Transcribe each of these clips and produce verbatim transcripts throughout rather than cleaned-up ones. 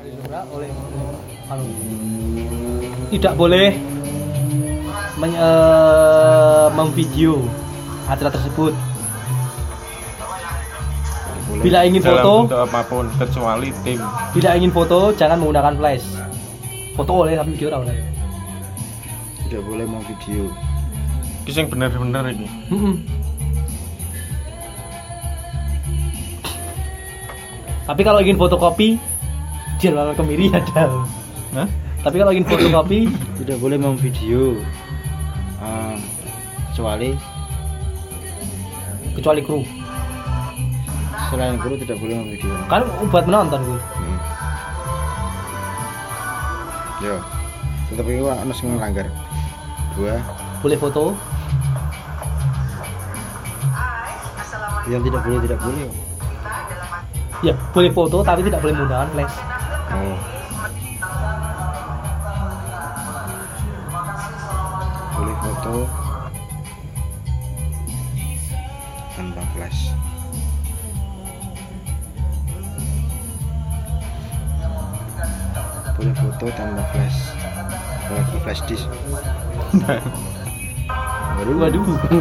oleh anu, tidak boleh men, uh, memvideo acara tersebut. Boleh. Bila ingin Dalam foto, bentuk apapun kecuali tim. bila ingin foto jangan menggunakan flash. Foto oleh tapi video ora oleh. Tidak boleh mau video. Iki sing bener-bener iki. Heeh. Tapi kalau ingin fotokopi jangan kemiri ada. Hah? Tapi kalau ingin fotokopi Tidak boleh mau video. Uh, kecuali kecuali kru. selain guru tidak boleh mau video. Kan buat menonton gue. Hmm. Yo. Tetap itu harus melanggar. Dua. Boleh foto, Yang tidak boleh tidak boleh. ya boleh foto tapi tidak boleh menggunakan flash. Oh. Boleh foto tanpa flash. Boleh foto tanpa flash. Apalagi flash disk. Waduh. Waduh.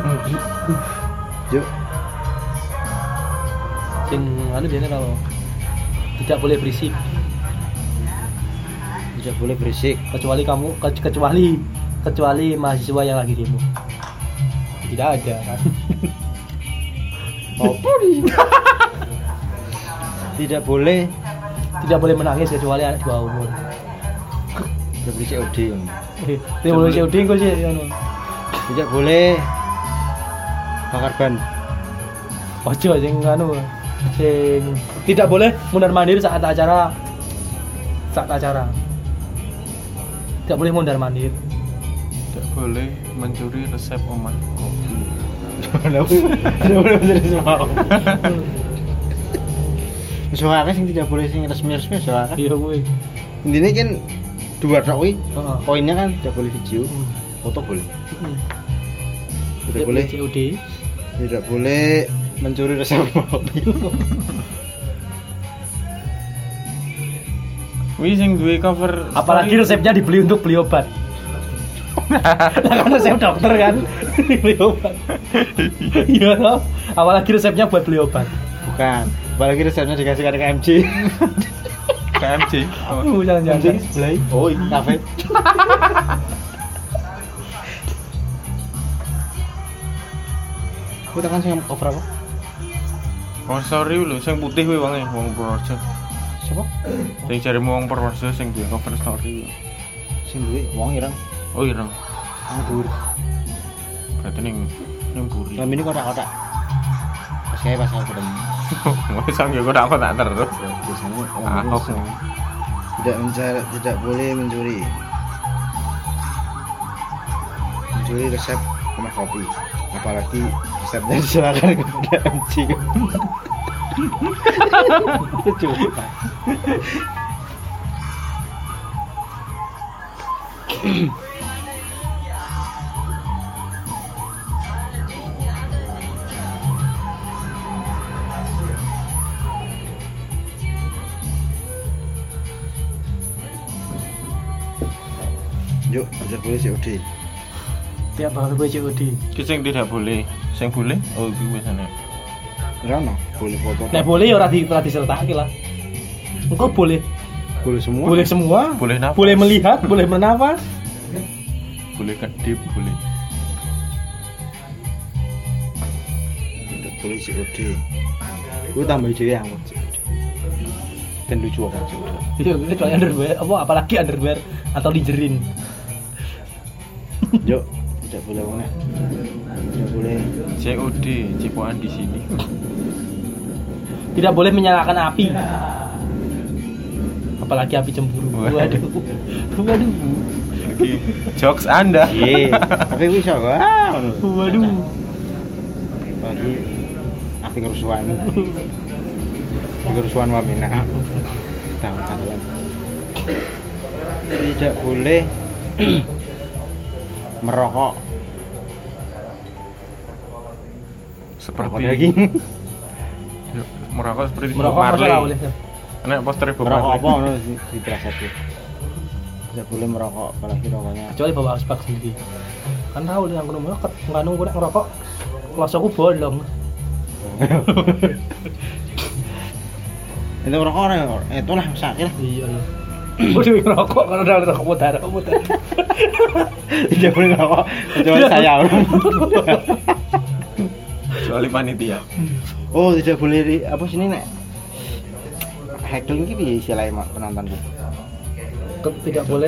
Yuk. Sing anu biasanya kalau tidak boleh berisik, Tidak boleh berisik. kecuali kamu ke- kecuali kecuali mahasiswa yang lagi demo. Tidak ada kan. Apa nih? Tidak boleh. Tidak boleh menangis kecuali anak di bawah umur. Tidak boleh C O D. Tidak boleh syuting kok sih anu. Tidak boleh bakar ban. Ojo sing anu sing tidak boleh mundar mandir saat acara saat acara. Tidak boleh mundar mandir. Tidak boleh mencuri resep omah kopi. Tidak boleh menjadi semua. Soalnya sing tidak boleh sing resmi-resmi soalnya. Iya kuwi. Intinya kan dua tok kuwi. Heeh. Poinnya kan tidak boleh video, foto boleh. Tidak boleh C O D. tidak boleh mencuri resep kopi. Wih sing duwe cover. Apalagi resepnya dibeli untuk beli obat. Lah kan resep dokter kan beli obat. Iya toh. Apalagi resepnya buat beli obat. Bukan. Apalagi resepnya dikasih ke K M J. K M J. Oh, jangan-jangan Sebelah. Oh, ini kafe. Aku tekan sing cover apa? Oh sorry lho, sing putih kuwi wonge wong Purworejo. Siapa? Sing jaremu wong Purworejo sing duwe cover story. Sing duwe wong ireng. Oh iya. Anggur. Berarti ning ning buri. Lah ini kotak-kotak. Pas kae pas aku ketemu. Wis sang yo kok tak terus. Biasanya Ah, orang oke. bisa. Tidak mencari, tidak boleh mencuri. Mencuri resep rumah kopi, apalagi resepnya diserahkan kepada M C. Coba. Yuk, tidak boleh C O D. Tiap bakal boleh C O D. Ki sing tidak boleh, sing boleh. Oh iki biasane. Rano, boleh foto. Nek boleh ya ora di ora disertake lah. Engko boleh. Boleh semua. Boleh semua. Boleh nafas. Boleh melihat, boleh bernafas. Boleh kedip, boleh. Tidak boleh C O D. Gue tambah dhewe angkut C O D. Dan lucu apa C O D. Iya, kecuali underwear, apa apalagi underwear atau lingerie. Yuk, tidak boleh mana? Tidak boleh. C O D, cipokan di sini. Tidak boleh menyalakan api. Apalagi api cemburu. Waduh. Waduh. Iki jokes Anda. Iya, tapi bisa wah. Waduh. Lagi api kerusuhan. Api kerusuhan Wamena. Tahu-tahuan. Tidak boleh merokok. Seperti Merokok daging. merokok seperti Merokok Marley. masalah boleh. Nek poster Bob Merokok Marley. apa ngono di Trasati. Tidak boleh merokok apalagi rokoknya. Kecuali bawa asbak sendiri. Kan tahu dengan kono merokok, nganu nek ngerokok klosoku bolong. Itu merokok orang itu lah sakit. Iya iya. Udah ngerokok kalau udah ngerokok mutar, mutar. Tidak boleh merokok kecuali saya. Kecuali panitia. Oh, tidak boleh di, apa sini nek? Heckling iki piye istilahnya penontonku? Tidak boleh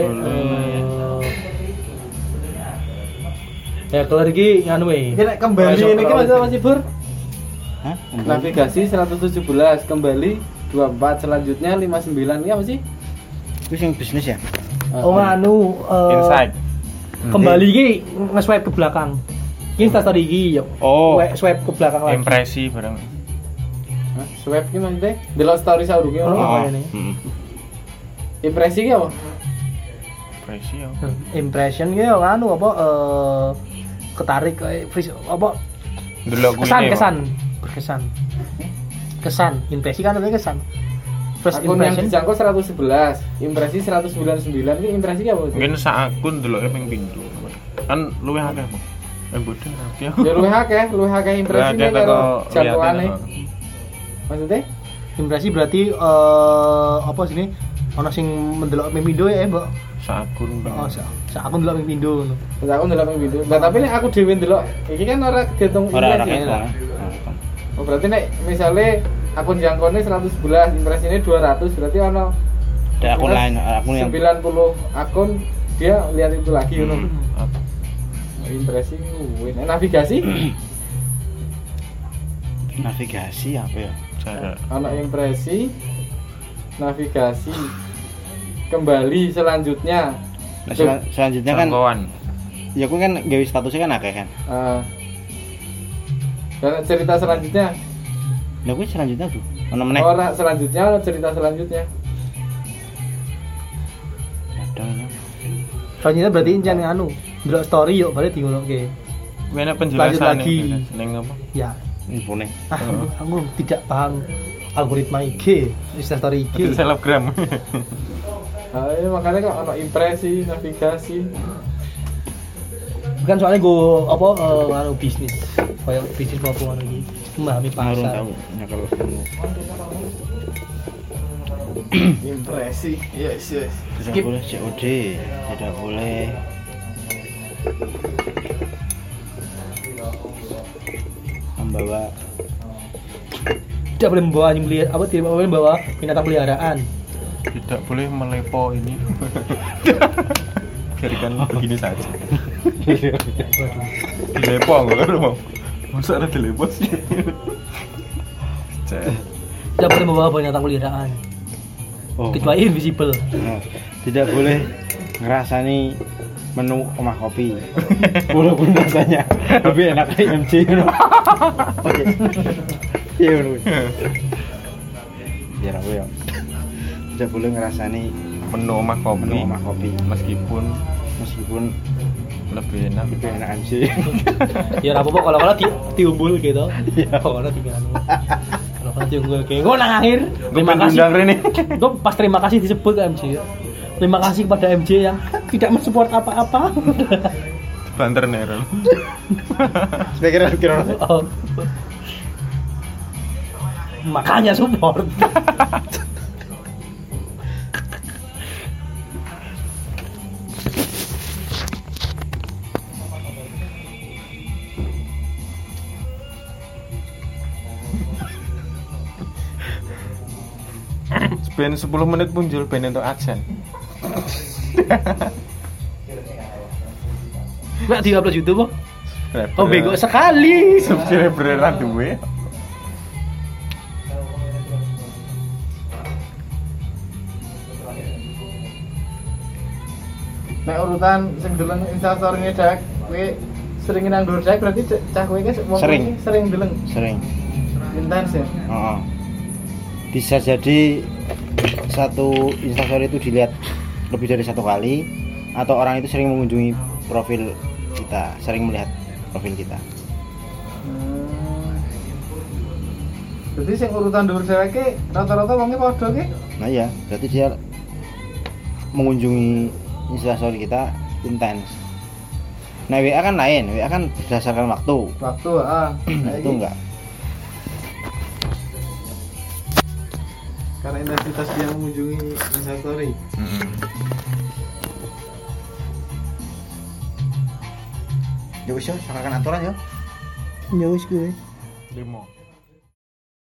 ya kalau lagi nganu e. Iki nek kembali ini ki Mas Mas Ibur. Hah? Navigasi seratus tujuh belas, kembali dua puluh empat, selanjutnya lima puluh sembilan. Ini apa sih? Itu yang bisnis ya? Oh nganu eh, Inside. kembali iki nge-swipe ke belakang. Ini Instastory iki yo. Oh. Swipe- Swipe ke belakang lagi. Impresi bareng. Hah? Swipe ki maksudnya? Delok story saurunge Oh. ono. ini. Heeh. Impresi ki apa? Impresi ya. Impression ki yo nganu apa eh ketarik kayak freeze apa Delok kuwi. kesan kesan berkesan. Kesan, impresi kan namanya kesan. First Akun yang impression. dijangkau seratus sebelas, impresi seratus sembilan puluh sembilan. Ini impresi ki apa? Mungkin sak akun deloke ping pindho. Kan luwih akeh kok. Eh bodoh rapi aku. Ya luwih akeh, luwih akeh impresine Luwih akeh karo teko jangkauane. liyane. Maksudnya? Impresi berarti eh apa sini? Ono sing mendelok Mindo ya, Mbak. Sak akun. Oh, sak sak aku ndelok Mindo ngono. Terus aku ndelok ping video. Nah, tapi nek aku dhewe ndelok, iki kan ora dihitung Ora ora impresi. kena. Oh, berarti nek misale akun jangkauannya seratus sebelas, impresinya dua ratus, berarti ono Ada akun lain, akun yang sembilan puluh akun dia lihat itu lagi ngono. Hmm. Impresi kuwi. Nek navigasi navigasi apa ya? Jarak. ono impresi, navigasi, kembali selanjutnya. Nah, sel- selanjutnya kan Jangkauan. ya aku kan gawe statusnya kan akeh kan. Ah. Dan cerita selanjutnya, Lah kuwi selanjutnya tuh. Ono meneh. orang selanjutnya, ono cerita selanjutnya. Adanya. Selanjutnya berarti jangan anu, ndelok story yuk berarti ngonoke. Kuwi ana Lanjut penjelasan lagi. ning apa? Ya, Infone. ah, aku, aku tidak paham algoritma I G, Instastory I G. Itu selebgram. Ah, iya, makanya kok ono impresi, navigasi. Bukan soalnya gue apa eh, anu bisnis, kayak bisnis apa anu iki, memahami Ngurung pasar. tahu nyekel dulu. Impresi, yes yes. Tidak boleh C O D, tidak boleh membawa Tidak boleh membawa anjing peliharaan, apa tidak boleh membawa binatang peliharaan. Tidak boleh melepo ini. Biarkan begini saja. Dilepo enggak kan mau. Masa ada dilepo sih. Cek. Tidak boleh membawa binatang peliharaan, oh, kecuali invisible. nah, tidak boleh ngerasani menu omah kopi. Walaupun rasanya lebih enak kayak M C gitu. Oke. Iya ngono. Biar aku ya. Tidak boleh ngerasani Menu omah kopi. menu omah kopi Meskipun meskipun lebih enak. lebih enak M C. Ya ora apa-apa kalau kalau di, diumbul gitu. Iya. Kalau kalau tinggal anu. Kalau kalau diumbul kayak gue nang akhir. Terima Gue kasih. undang Rene. Gue pas terima kasih disebut ke M J. Terima kasih kepada M J yang tidak mensupport apa-apa. Banter nih Ron. Sebagai kira Oh. Makanya support. Ben sepuluh menit muncul ben untuk adsen. Nggak di-upload YouTube kok. Oh bego sekali. Subscriber ra duwe. Nek urutan sing deleng instastory-ne Dak, kowe sering nang ndur Dak berarti c- cah kowe ki wong Sering. iki sering deleng. sering. Intens ya. Oh, bisa jadi satu instastory itu dilihat lebih dari satu kali atau orang itu sering mengunjungi profil kita, sering melihat profil kita. Hmm. Jadi sing urutan dhuwur dheweke rata-rata wonge padha ki Nah ya, berarti dia mengunjungi instastory kita intens. Nah W A kan lain, W A kan berdasarkan waktu. Waktu ah. Itu enggak. Karena intensitas dia mengunjungi instastory. Mm-hmm. Ya wis yo, sangkakan aturan yo. Ya wis kuwi. Limo.